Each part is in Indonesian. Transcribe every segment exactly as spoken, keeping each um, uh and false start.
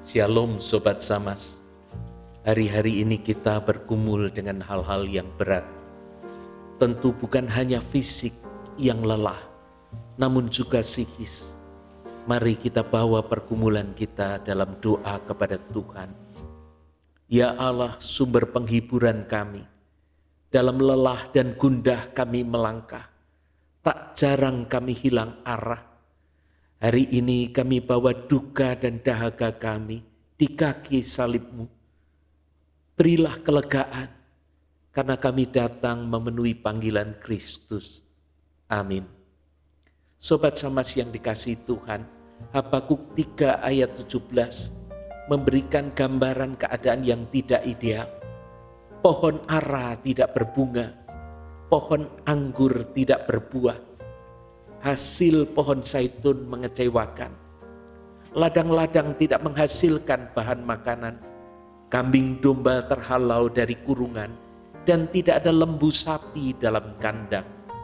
Shalom Sobat Samas. Hari-hari ini kita bergumul dengan hal-hal yang berat. Tentu bukan hanya fisik yang lelah, namun juga psikis. Mari kita bawa pergumulan kita dalam doa kepada Tuhan. Ya Allah, sumber penghiburan kami. Dalam lelah dan gundah kami melangkah. Tak jarang kami hilang arah. Hari ini kami bawa duka dan dahaga kami di kaki salib-Mu. Berilah kelegaan, karena kami datang memenuhi panggilan Kristus. Amin. Sobat Samas yang dikasihi Tuhan, Habakuk tiga ayat tujuh belas memberikan gambaran keadaan yang tidak ideal. Pohon ara tidak berbunga, pohon anggur tidak berbuah. Hasil pohon zaitun mengecewakan. Ladang-ladang tidak menghasilkan bahan makanan. Kambing domba terhalau dari kurungan dan tidak ada lembu sapi dalam kandang.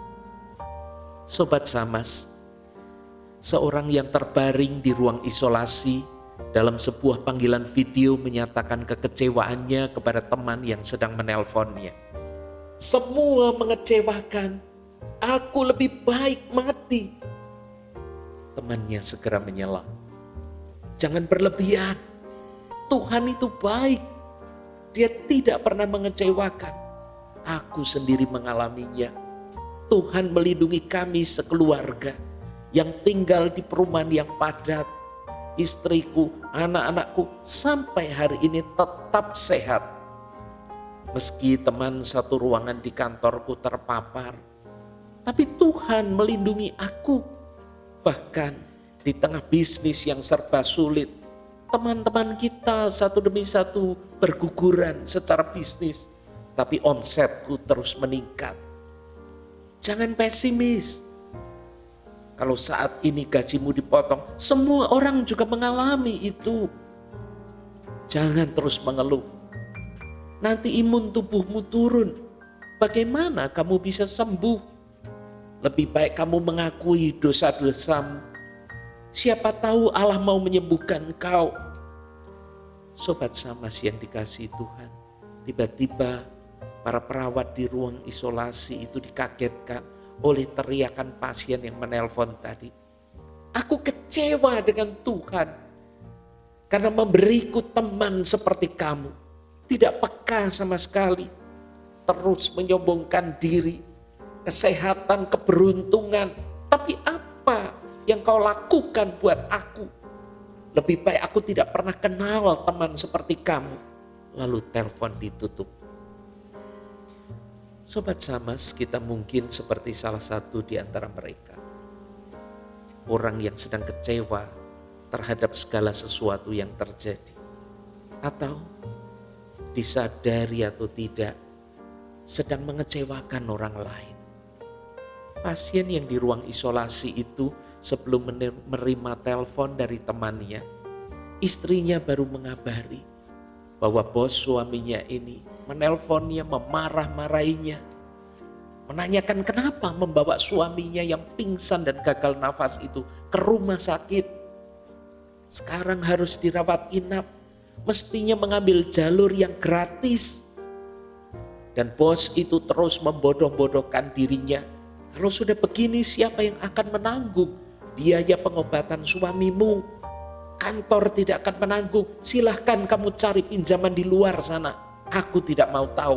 Sobat Samas, seorang yang terbaring di ruang isolasi dalam sebuah panggilan video menyatakan kekecewaannya kepada teman yang sedang menelponnya. Semua mengecewakan. Aku lebih baik mati. Temannya segera menyela. Jangan berlebihan. Tuhan itu baik. Dia tidak pernah mengecewakan. Aku sendiri mengalaminya. Tuhan melindungi kami sekeluarga yang tinggal di perumahan yang padat. Istriku, anak-anakku sampai hari ini tetap sehat. Meski teman satu ruangan di kantorku terpapar, tapi Tuhan melindungi aku. Bahkan di tengah bisnis yang serba sulit, teman-teman kita satu demi satu berguguran secara bisnis, tapi omsetku terus meningkat. Jangan pesimis. Kalau saat ini gajimu dipotong, semua orang juga mengalami itu. Jangan terus mengeluh. Nanti imun tubuhmu turun. Bagaimana kamu bisa sembuh? Lebih baik kamu mengakui dosa-dosamu. Siapa tahu Allah mau menyembuhkan kau. Sobat Samas yang dikasihi Tuhan, tiba-tiba para perawat di ruang isolasi itu dikagetkan oleh teriakan pasien yang menelpon tadi. Aku kecewa dengan Tuhan karena memberiku teman seperti kamu. Tidak peka sama sekali, terus menyombongkan diri. Kesehatan, keberuntungan. Tapi apa yang kau lakukan buat aku? Lebih baik aku tidak pernah kenal teman seperti kamu. Lalu telepon ditutup. Sobat Samas, kita mungkin seperti salah satu di antara mereka. Orang yang sedang kecewa terhadap segala sesuatu yang terjadi. Atau disadari atau tidak, sedang mengecewakan orang lain. Pasien yang di ruang isolasi itu sebelum menerima telepon dari temannya, istrinya baru mengabari bahwa bos suaminya ini menelponnya, memarah-marahinya, menanyakan kenapa membawa suaminya yang pingsan dan gagal nafas itu ke rumah sakit. Sekarang harus dirawat inap, mestinya mengambil jalur yang gratis. Dan bos itu terus membodoh-bodohkan dirinya. Kalau sudah begini, siapa yang akan menanggung biaya pengobatan suamimu? Kantor tidak akan menanggung. Silahkan kamu cari pinjaman di luar sana. Aku tidak mau tahu.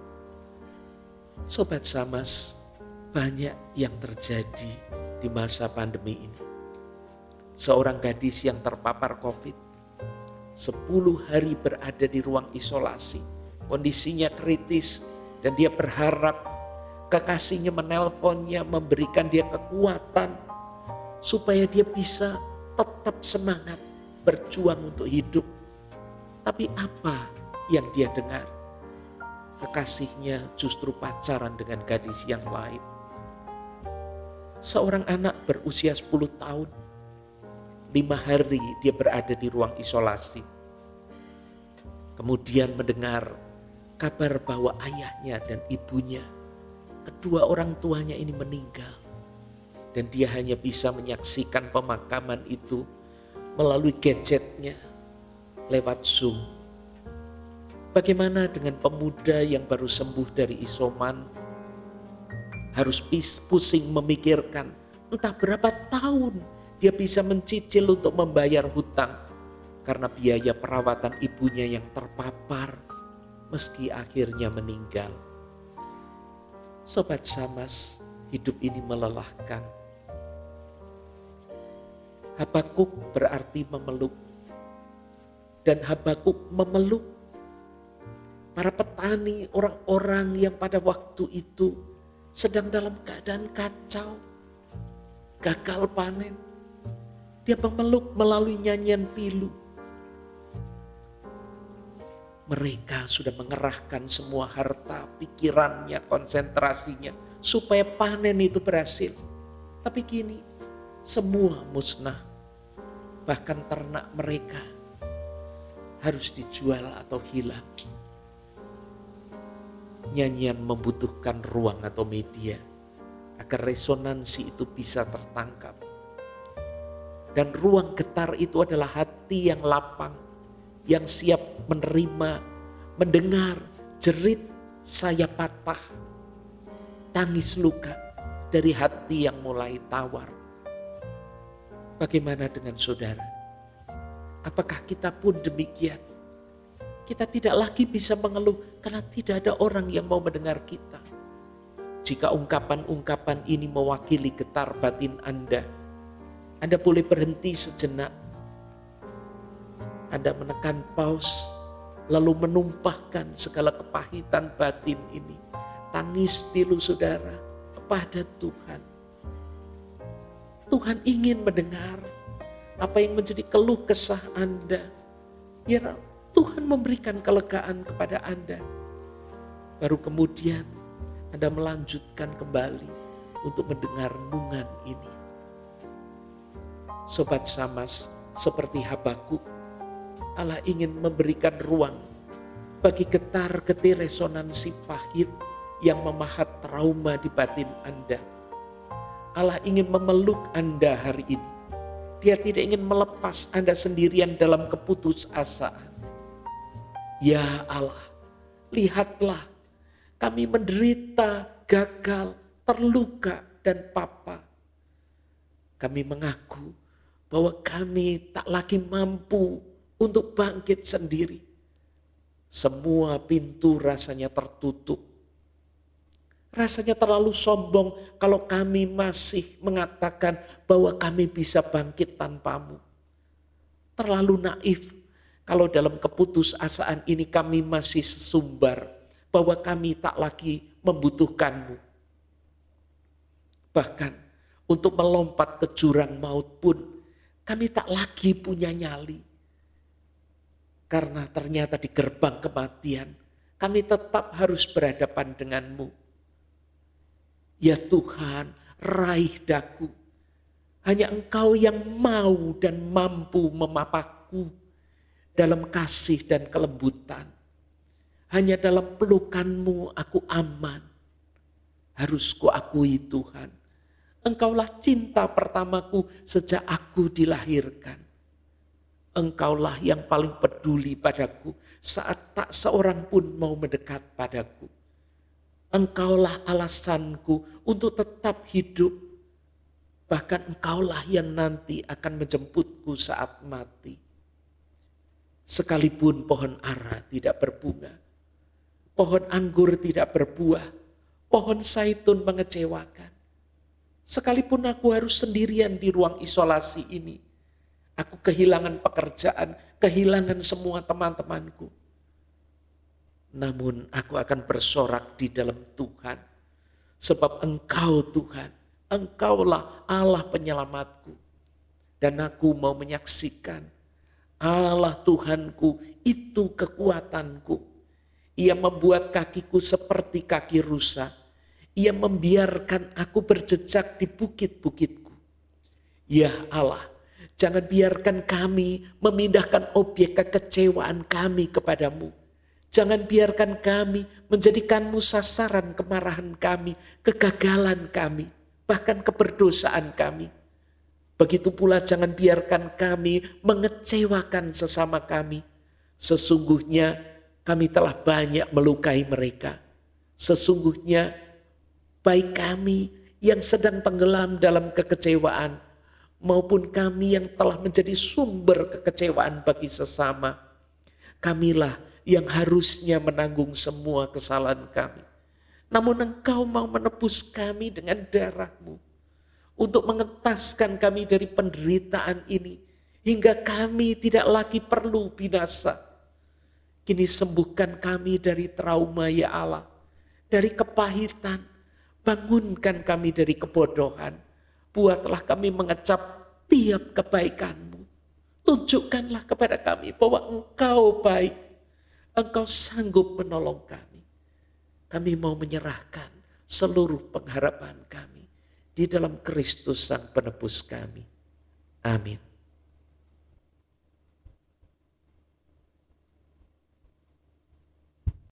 Sobat Samas, banyak yang terjadi di masa pandemi ini. Seorang gadis yang terpapar COVID, sepuluh hari berada di ruang isolasi. Kondisinya kritis dan dia berharap kekasihnya menelponnya, memberikan dia kekuatan supaya dia bisa tetap semangat berjuang untuk hidup. Tapi apa yang dia dengar? Kekasihnya justru pacaran dengan gadis yang lain. Seorang anak berusia sepuluh tahun, lima hari dia berada di ruang isolasi. Kemudian mendengar kabar bahwa ayahnya dan ibunya, kedua orang tuanya ini meninggal. Dan dia hanya bisa menyaksikan pemakaman itu melalui gadgetnya. lewat Zoom. Bagaimana dengan pemuda yang baru sembuh dari isoman, harus pusing memikirkan entah berapa tahun dia bisa mencicil untuk membayar hutang karena biaya perawatan ibunya yang terpapar meski akhirnya meninggal. Sobat Samas, hidup ini melelahkan. Habakuk berarti memeluk. Dan Habakuk memeluk para petani, orang-orang yang pada waktu itu sedang dalam keadaan kacau, gagal panen. Dia memeluk melalui nyanyian pilu. Mereka sudah mengerahkan semua harta, pikirannya, konsentrasinya supaya panen itu berhasil. Tapi kini semua musnah. Bahkan ternak mereka harus dijual atau hilang. Nyanyian membutuhkan ruang atau media agar resonansi itu bisa tertangkap. Dan ruang getar itu adalah hati yang lapang, yang siap menerima, mendengar jerit saya patah, tangis luka dari hati yang mulai tawar. Bagaimana dengan saudara? Apakah kita pun demikian? Kita tidak lagi bisa mengeluh karena tidak ada orang yang mau mendengar kita. Jika ungkapan-ungkapan ini mewakili getar batin Anda, Anda boleh berhenti sejenak. Anda menekan pause, lalu menumpahkan segala kepahitan batin ini, tangis pilu saudara kepada Tuhan. Tuhan ingin mendengar apa yang menjadi keluh kesah Anda. Biar Tuhan memberikan kelegaan kepada Anda. Baru kemudian Anda melanjutkan kembali untuk mendengar renungan ini. Sobat Samas, seperti Habakuk, Allah ingin memberikan ruang bagi getar-getir resonansi pahit yang memahat trauma di batin Anda. Allah ingin memeluk Anda hari ini. Dia tidak ingin melepas Anda sendirian dalam keputusasaan. Ya Allah, lihatlah kami menderita, gagal, terluka dan papa. Kami mengaku bahwa kami tak lagi mampu untuk bangkit sendiri. Semua pintu rasanya tertutup. Rasanya terlalu sombong kalau kami masih mengatakan bahwa kami bisa bangkit tanpamu. Terlalu naif kalau dalam keputusasaan ini kami masih sesumbar bahwa kami tak lagi membutuhkanmu. Bahkan untuk melompat ke jurang maut pun kami tak lagi punya nyali. Karena ternyata di gerbang kematian kami tetap harus berhadapan denganmu. Ya Tuhan, raih daku. Hanya Engkau yang mau dan mampu memapaku dalam kasih dan kelembutan. Hanya dalam pelukanmu aku aman. Harus kuakui Tuhan, Engkaulah cinta pertamaku sejak aku dilahirkan. Engkaulah yang paling peduli padaku saat tak seorang pun mau mendekat padaku. Engkaulah alasanku untuk tetap hidup. Bahkan Engkaulah yang nanti akan menjemputku saat mati. Sekalipun pohon ara tidak berbunga, pohon anggur tidak berbuah, pohon zaitun mengecewakan. Sekalipun aku harus sendirian di ruang isolasi ini, aku kehilangan pekerjaan, kehilangan semua teman-temanku. Namun aku akan bersorak di dalam Tuhan. Sebab Engkau Tuhan, Engkaulah Allah penyelamatku. Dan aku mau menyaksikan Allah Tuhanku itu kekuatanku. Ia membuat kakiku seperti kaki rusa. Ia membiarkan aku berjejak di bukit-bukitku. Ya Allah, jangan biarkan kami memindahkan objek kekecewaan kami kepadamu. Jangan biarkan kami menjadikanmu sasaran kemarahan kami, kegagalan kami, bahkan keberdosaan kami. Begitu pula jangan biarkan kami mengecewakan sesama kami, Sesungguhnya kami telah banyak melukai mereka. Sesungguhnya baik kami yang sedang tenggelam dalam kekecewaan maupun kami yang telah menjadi sumber kekecewaan bagi sesama, kamilah yang harusnya menanggung semua kesalahan kami. Namun Engkau mau menebus kami dengan darah-Mu untuk mengentaskan kami dari penderitaan ini hingga kami tidak lagi perlu binasa. Kini sembuhkan kami dari trauma ya Allah, dari kepahitan, bangunkan kami dari kebodohan, buatlah kami mengecap tiap kebaikan-Mu. Tunjukkanlah kepada kami bahwa Engkau baik, Engkau sanggup menolong kami. Kami mau menyerahkan seluruh pengharapan kami di dalam Kristus Sang Penebus kami. Amin.